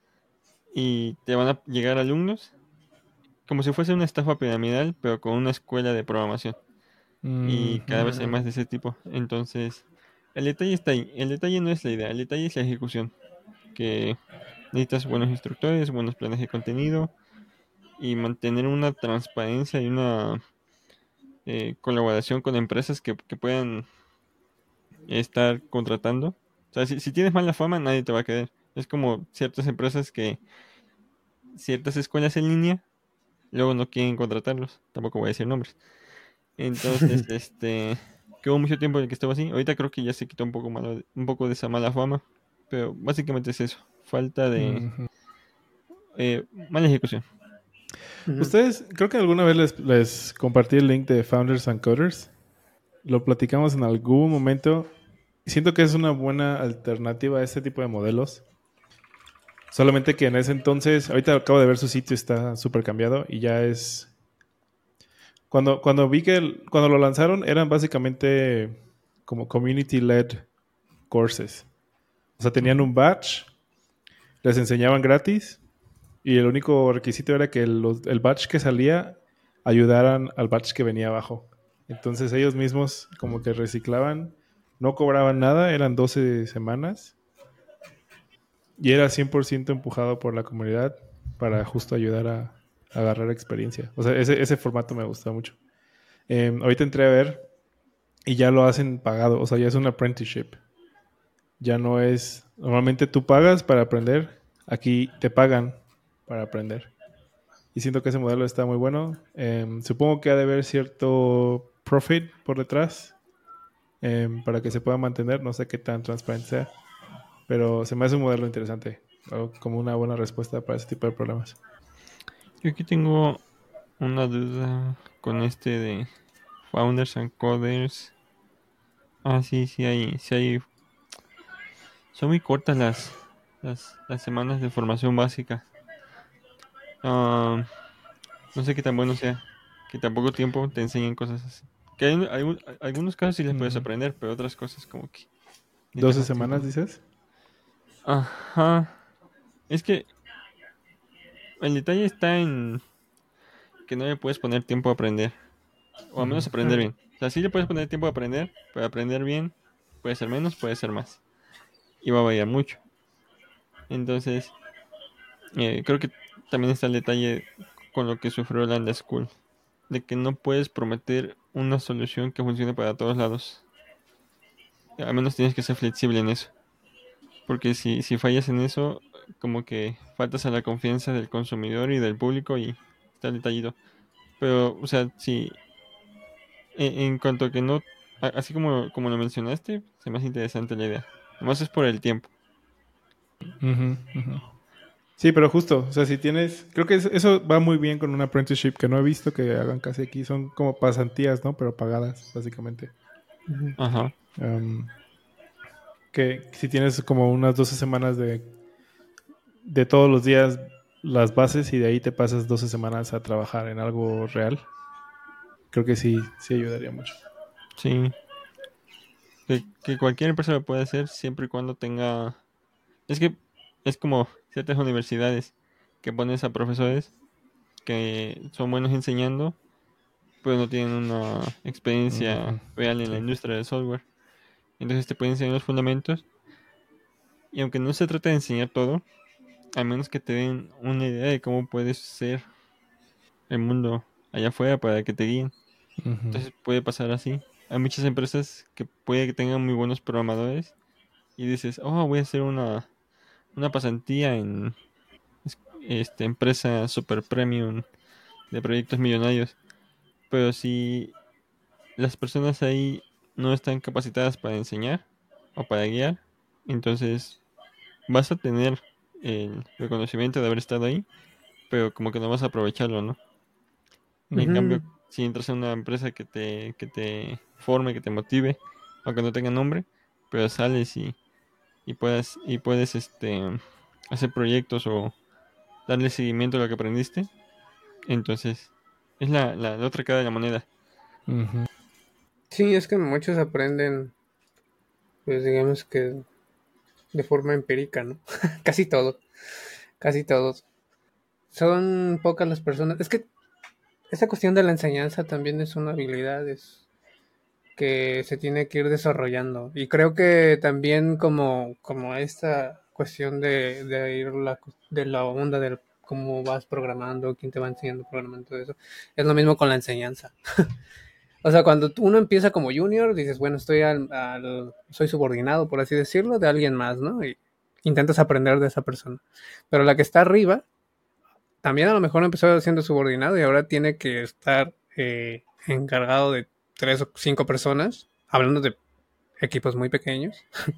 y te van a llegar alumnos como si fuese una estafa piramidal, pero con una escuela de programación. Y cada Ujú. vez hay más de ese tipo. Entonces, el detalle está ahí. El detalle no es la idea, el detalle es la ejecución. Que necesitas buenos instructores, buenos planes de contenido y mantener una transparencia y una eh, colaboración con empresas que, que puedan estar contratando. O sea, si, si tienes mala fama, nadie te va a querer. Es como ciertas empresas que, ciertas escuelas en línea, luego no quieren contratarlos. Tampoco voy a decir nombres. Entonces, este, que hubo mucho tiempo en el que estaba así. Ahorita creo que ya se quitó un poco malo, un poco de esa mala fama. Pero básicamente es eso. Falta de Ujú. eh, mala ejecución. Ujú. Ustedes, creo que alguna vez les, les compartí el link de Founders and Coders. Lo platicamos en algún momento. Siento que es una buena alternativa a este tipo de modelos. Solamente que en ese entonces, ahorita acabo de ver su sitio, está súper cambiado y ya es... Cuando, cuando vi que el- cuando lo lanzaron eran básicamente como community-led courses. O sea, tenían un batch, les enseñaban gratis y el único requisito era que los, el batch que salía ayudaran al batch que venía abajo. Entonces ellos mismos como que reciclaban, no cobraban nada, eran doce semanas y era cien por ciento empujado por la comunidad para justo ayudar a, a agarrar experiencia. O sea, ese, ese formato me gustó mucho. Eh, ahorita entré a ver y ya lo hacen pagado, o sea, ya es un apprenticeship. Ya no es... Normalmente tú pagas para aprender, aquí te pagan para aprender. Y siento que ese modelo está muy bueno. Eh, supongo que ha de haber cierto profit por detrás eh, para que se pueda mantener. No sé qué tan transparente sea, pero se me hace un modelo interesante, ¿no? Como una buena respuesta para ese tipo de problemas. Yo aquí tengo una duda con este de Founders and Coders. Ah, sí, sí hay, sí hay. Son muy cortas las, las, las semanas de formación básica. Ah, no sé qué tan bueno sea. Que tan poco tiempo te enseñen cosas así. Que hay, hay un- algunos casos sí les puedes Ujú. aprender, pero otras cosas como que necesitas doce más semanas, tiempo. dices. Ajá. Es que el detalle está en que no le puedes poner tiempo a aprender. O al Ujú. menos aprender bien. O sea, sí le puedes poner tiempo a aprender, pero aprender bien puede ser menos, puede ser más. Y va a variar mucho. Entonces, eh, creo que también está el detalle con lo que sufrió Landa School. De que no puedes prometer una solución que funcione para todos lados. Al menos tienes que ser flexible en eso. Porque si, si fallas en eso, como que faltas a la confianza del consumidor y del público y está el detallito. Pero, o sea, si en, en cuanto a que no, a- así como, como lo mencionaste, se me hace interesante la idea. Nomás es por el tiempo. Ujú, ujú. Sí, pero justo, o sea, si tienes, creo que es- eso va muy bien con un apprenticeship que no he visto que hagan casi aquí, son como pasantías, ¿no? Pero pagadas, básicamente. Ujú. Ajá. Um, que si tienes como unas doce semanas de, de todos los días las bases y de ahí te pasas doce semanas a trabajar en algo real, creo que sí, sí ayudaría mucho. Sí. Que, que cualquier empresa lo puede hacer siempre y cuando tenga... Es que es como ciertas universidades que pones a profesores que son buenos enseñando, pero no tienen una Ujú, experiencia real en la sí. industria del software. Entonces te pueden enseñar los fundamentos y aunque no se trata de enseñar todo, al menos que te den una idea de cómo puede ser el mundo allá afuera para que te guíen. Ujú, Entonces puede pasar así. Hay muchas empresas que puede que tengan muy buenos programadores y dices, oh, voy a hacer una, una pasantía en es- esta empresa super premium de proyectos millonarios. Pero si las personas ahí no están capacitadas para enseñar o para guiar, entonces vas a tener el reconocimiento de haber estado ahí, pero como que no vas a aprovecharlo, ¿no? En Ujú. cambio, si entras a una empresa que te, que te forme, que te motive, aunque no tenga nombre, pero sales y, y puedas, y puedes este hacer proyectos o darle seguimiento a lo que aprendiste, entonces es la, la, la otra cara de la moneda. ujú, Sí, es que muchos aprenden, pues digamos que de forma empírica, ¿no? Casi todo, casi todos. Son pocas las personas. Es que esa cuestión de la enseñanza también es una habilidad es que se tiene que ir desarrollando. Y creo que también como, como esta cuestión de, de ir la, de la onda del cómo vas programando, quién te va enseñando programando, todo eso, es lo mismo con la enseñanza. O sea, cuando uno empieza como junior, dices, bueno, estoy al, al- soy subordinado, por así decirlo, de alguien más, ¿no? Y intentas aprender de esa persona. Pero la que está arriba, también a lo mejor empezó siendo subordinado y ahora tiene que estar eh, encargado de tres o cinco personas, hablando de equipos muy pequeños.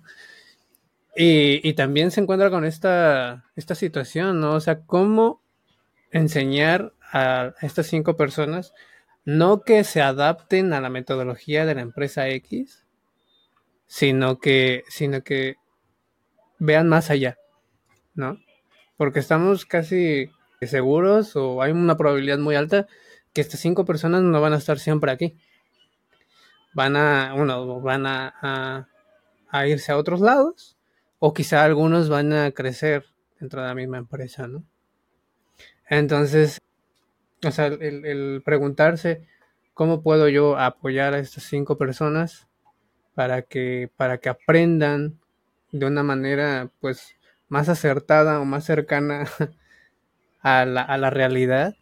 Y, y también se encuentra con esta, esta situación, ¿no? O sea, cómo enseñar a estas cinco personas, no que se adapten a la metodología de la empresa X, sino que, sino que vean más allá, ¿no? Porque estamos casi seguros o hay una probabilidad muy alta que estas cinco personas no van a estar siempre aquí. van a, uno, van a, a, a irse a otros lados, o quizá algunos van a crecer dentro de la misma empresa, ¿no? Entonces, o sea, el, el preguntarse cómo puedo yo apoyar a estas cinco personas para que, para que aprendan de una manera, pues, más acertada o más cercana a la, a la realidad,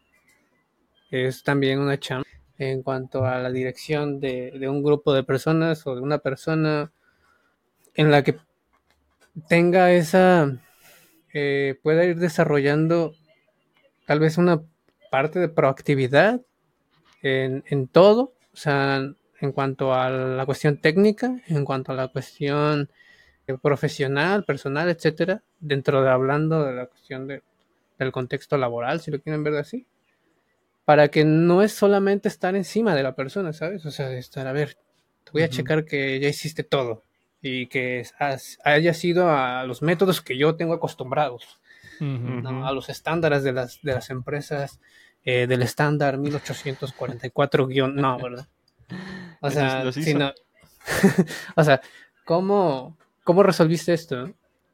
es también una chamba. En cuanto a la dirección de, de un grupo de personas o de una persona en la que tenga esa, eh, pueda ir desarrollando tal vez una parte de proactividad en, en todo, o sea, en cuanto a la cuestión técnica, en cuanto a la cuestión eh, profesional, personal, etcétera, dentro de hablando de la cuestión de, del contexto laboral, si lo quieren ver así, para que no es solamente estar encima de la persona, ¿sabes? O sea, de estar, a ver, te voy a Ujú. checar que ya hiciste todo y que has, haya sido a los métodos que yo tengo acostumbrados, Ujú. ¿no? Ujú. A los estándares de las, de las empresas, eh, del estándar mil ochocientos cuarenta y cuatro guión, no, ¿verdad? O Los, sea, los si hizo. no, o sea, ¿cómo, cómo resolviste esto?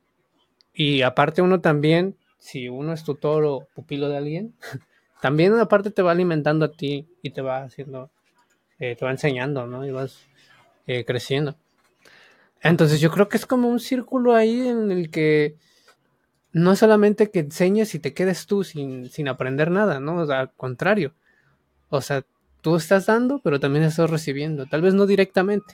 Y aparte uno también, si uno es tutor o pupilo de alguien, también una parte te va alimentando a ti y te va haciendo, eh, te va enseñando, ¿no? Y vas eh, creciendo. Entonces yo creo que es como un círculo ahí en el que no es solamente que enseñes y te quedes tú sin, sin aprender nada, ¿no? O sea, al contrario. O sea, tú estás dando, pero también estás recibiendo. Tal vez no directamente,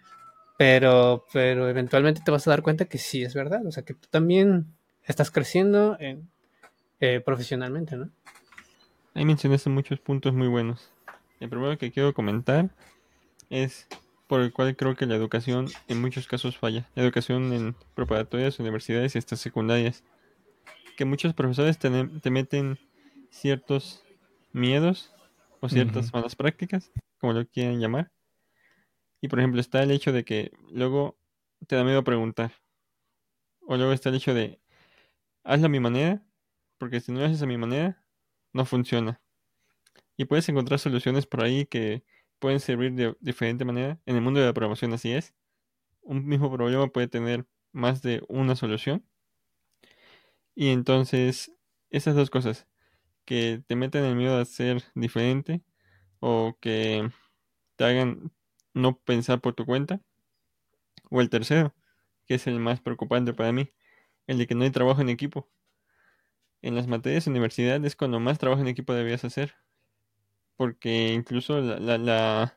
pero, pero eventualmente te vas a dar cuenta que sí es verdad. O sea, que tú también estás creciendo en, eh, profesionalmente, ¿no? Ahí mencionaste muchos puntos muy buenos. El primero que quiero comentar es por el cual creo que la educación en muchos casos falla. La educación en preparatorias, universidades y hasta secundarias. Que muchos profesores te, te meten ciertos miedos o Ujú. ciertas malas prácticas, como lo quieran llamar. Y por ejemplo está el hecho de que luego te da miedo preguntar. O luego está el hecho de hazlo a mi manera, porque si no lo haces a mi manera, no funciona. Y puedes encontrar soluciones por ahí que pueden servir de diferente manera. En el mundo de la programación así es. Un mismo problema puede tener más de una solución. Y entonces, esas dos cosas, que te meten el miedo a ser diferente o que te hagan no pensar por tu cuenta. O el tercero, que es el más preocupante para mí, el de que no hay trabajo en equipo. En las materias de universidad es cuando más trabajo en equipo debías hacer, porque incluso la, la, la,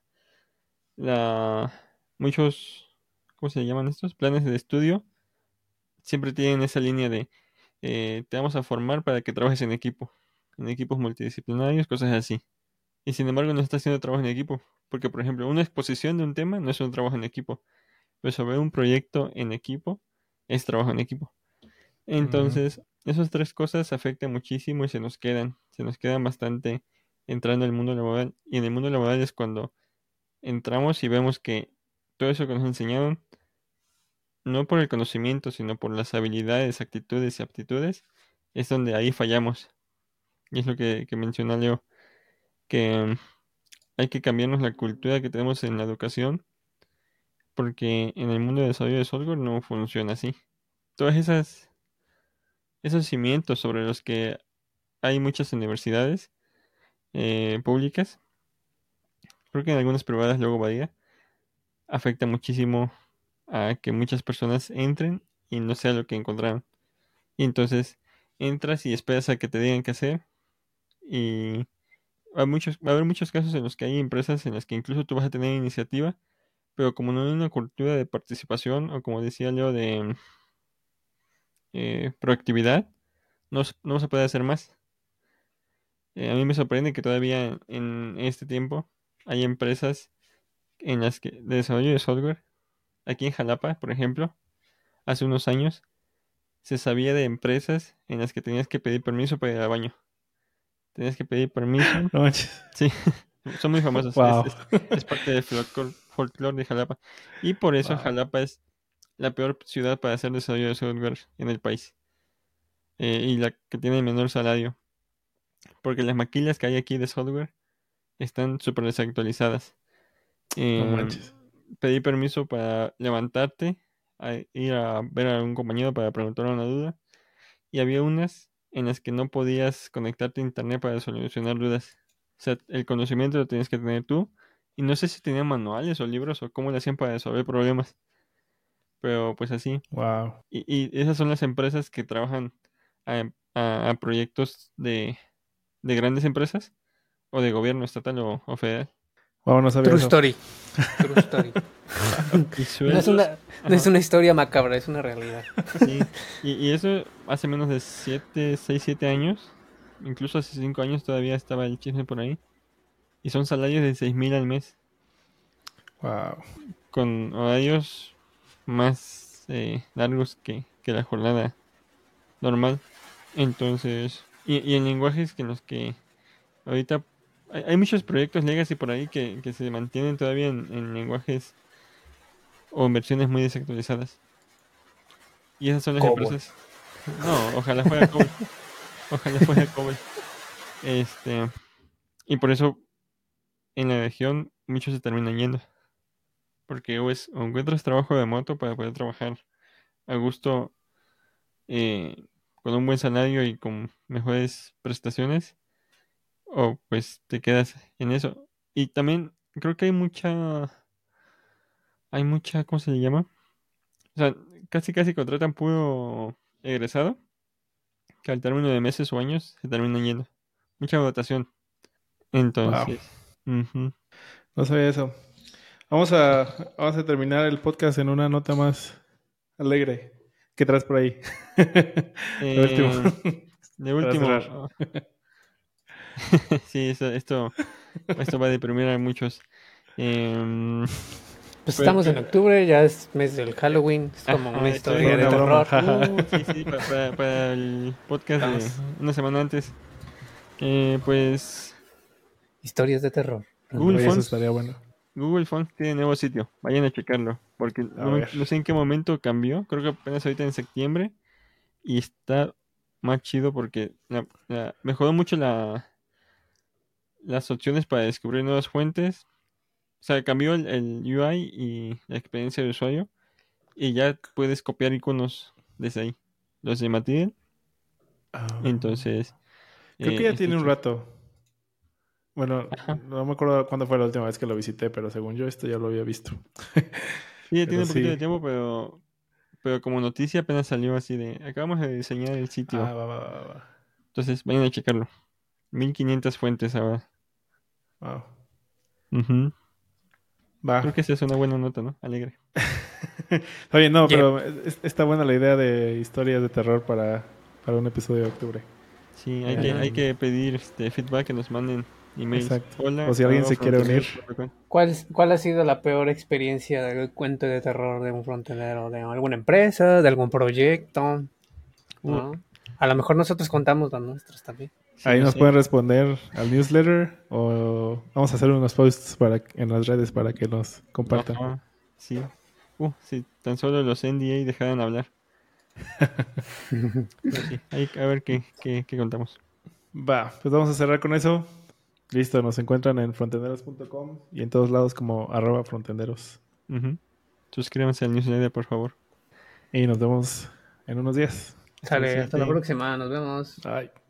la- muchos, ¿cómo se llaman estos? Planes de estudio siempre tienen esa línea de eh, te vamos a formar para que trabajes en equipo, en equipos multidisciplinarios, cosas así. Y sin embargo no está haciendo trabajo en equipo, porque por ejemplo una exposición de un tema no es un trabajo en equipo, pero sobre un proyecto en equipo es trabajo en equipo. Ujú. Entonces, esas tres cosas afectan muchísimo y se nos quedan, se nos quedan bastante entrando al mundo laboral. Y en el mundo laboral es cuando entramos y vemos que todo eso que nos enseñaron, no por el conocimiento, sino por las habilidades, actitudes y aptitudes, es donde ahí fallamos. Y es lo que, que menciona Leo, que mm, hay que cambiarnos la cultura que tenemos en la educación, porque en el mundo de desarrollo de software no funciona así. Todas esas, esos cimientos sobre los que hay muchas universidades eh, públicas, creo que en algunas privadas luego varía, afecta muchísimo a que muchas personas entren y no sea lo que encontraron. Y entonces entras y esperas a que te digan qué hacer y hay muchos, va a haber muchos casos en los que hay empresas en las que incluso tú vas a tener iniciativa, pero como no hay una cultura de participación o como decía Leo de eh, proactividad, no, s- no se puede hacer más. Eh, a mí me sorprende que todavía en este tiempo hay empresas en las que de desarrollo de software. Aquí en Jalapa, por ejemplo, hace unos años se sabía de empresas en las que tenías que pedir permiso para ir al baño. Tenías que pedir permiso. No manches. Sí, son muy famosos. Es, Wow. es, es parte del folclore, folclore de Jalapa. Y por eso Wow. Jalapa es la peor ciudad para hacer desarrollo de software en el país. Eh, y la que tiene el menor salario. Porque las maquilas que hay aquí de software están súper desactualizadas. No Eh, manches. pedir permiso para levantarte, a ir a ver a un compañero para preguntarle una duda. Y había unas en las que no podías conectarte a internet para solucionar dudas. O sea, el conocimiento lo tienes que tener tú. Y no sé si tenían manuales o libros o cómo le hacían para resolver problemas. Pero pues así. Wow. Y, y esas son las empresas que trabajan a, a- a proyectos de, de grandes empresas o de gobierno estatal o, o federal. Wow, no sabía True eso. story. True story. Y No es, sueldos, una, no es ajá, una historia macabra, es una realidad. sí. Y, y eso hace menos de siete seis siete años. Incluso hace cinco años todavía estaba el chisme por ahí. Y son salarios de seis mil al mes. Wow. Con horarios más eh, largos que, que la jornada normal. Entonces, y, y en lenguajes que en los que ahorita hay, hay muchos proyectos legacy por ahí que, que se mantienen todavía en, en lenguajes o en versiones muy desactualizadas. Y esas son las Cobol. empresas. No, ojalá fuera COBOL. Ojalá fuera COBOL. Este, y por eso en la región muchos se terminan yendo. Porque o, es, o encuentras trabajo de moto para poder trabajar a gusto, eh, con un buen salario y con mejores prestaciones, o pues te quedas en eso. Y también creo que hay mucha, hay mucha, ¿cómo se le llama? O sea, casi casi contratan puro egresado, que al término de meses o años se terminan yendo. Mucha votación. Wow. Entonces, ujú. No sabía eso. Vamos a, vamos a terminar el podcast en una nota más alegre. ¿Qué traes por ahí? Lo último. Eh, de Para último, cerrar. ah, sí, esto, esto, esto va a deprimir a muchos. Em, Pues pero- estamos en pero- octubre, ya es mes del Halloween, es como una ajá, esto es historia Fue de una una- broma. terror. jaja. Uh, sí, sí, pa- para, para el podcast de Vamos. una semana antes. Eh, pues Historias de terror. Google Oye, eso Fonts, estaría bueno. Google Fonts tiene nuevo sitio. Vayan a checarlo, porque A no, me- ver. no sé en qué momento cambió. Creo que apenas ahorita en septiembre y está más chido porque la- la- mejoró mucho la, las opciones para descubrir nuevas fuentes. O sea, cambió el, el U I y la experiencia de usuario y ya puedes copiar iconos desde ahí. Los de Material. Ah, Entonces, creo que eh, ya está tiene un chido. rato. Bueno, Ajá. no me acuerdo cuándo fue la última vez que lo visité, pero según yo esto ya lo había visto. Sí, ya tiene Pero un poquito de sí. tiempo, pero, pero como noticia apenas salió así de, acabamos de diseñar el Ah, sitio. va, va, va, va. Entonces, vayan a checarlo. mil quinientas fuentes ahora. Wow. Ujú. Va. Creo que esa es una buena nota, ¿no? Alegre. Oye, no, Yep. pero es- está buena la idea de historias de terror para, para un episodio de octubre. Sí, hay que, hay Em, que pedir este feedback, que nos manden emails. Exacto. Hola, O si alguien arroba se quiere unir. fronteneros punto com. ¿Cuál, ¿Cuál ha sido la peor experiencia del cuento de terror de un frontenero? ¿De alguna empresa? ¿De algún proyecto? Uh, ¿No? A lo mejor nosotros contamos los nuestros también. sí, Ahí no nos sé. pueden responder al newsletter o vamos a hacer unos posts para, en las redes para que nos compartan. Ajá, sí. Uh, si tan solo los N D A dejaran hablar. Pero sí, hay que a ver qué, qué, qué contamos. Va, pues vamos a cerrar con eso. Listo, nos encuentran en fronteneros punto com y en todos lados como arroba fronteneros. Ujú. Suscríbanse al newsletter, por favor. Y nos vemos en unos días. Hasta la Sale, hasta la siguiente. próxima, nos vemos. Bye.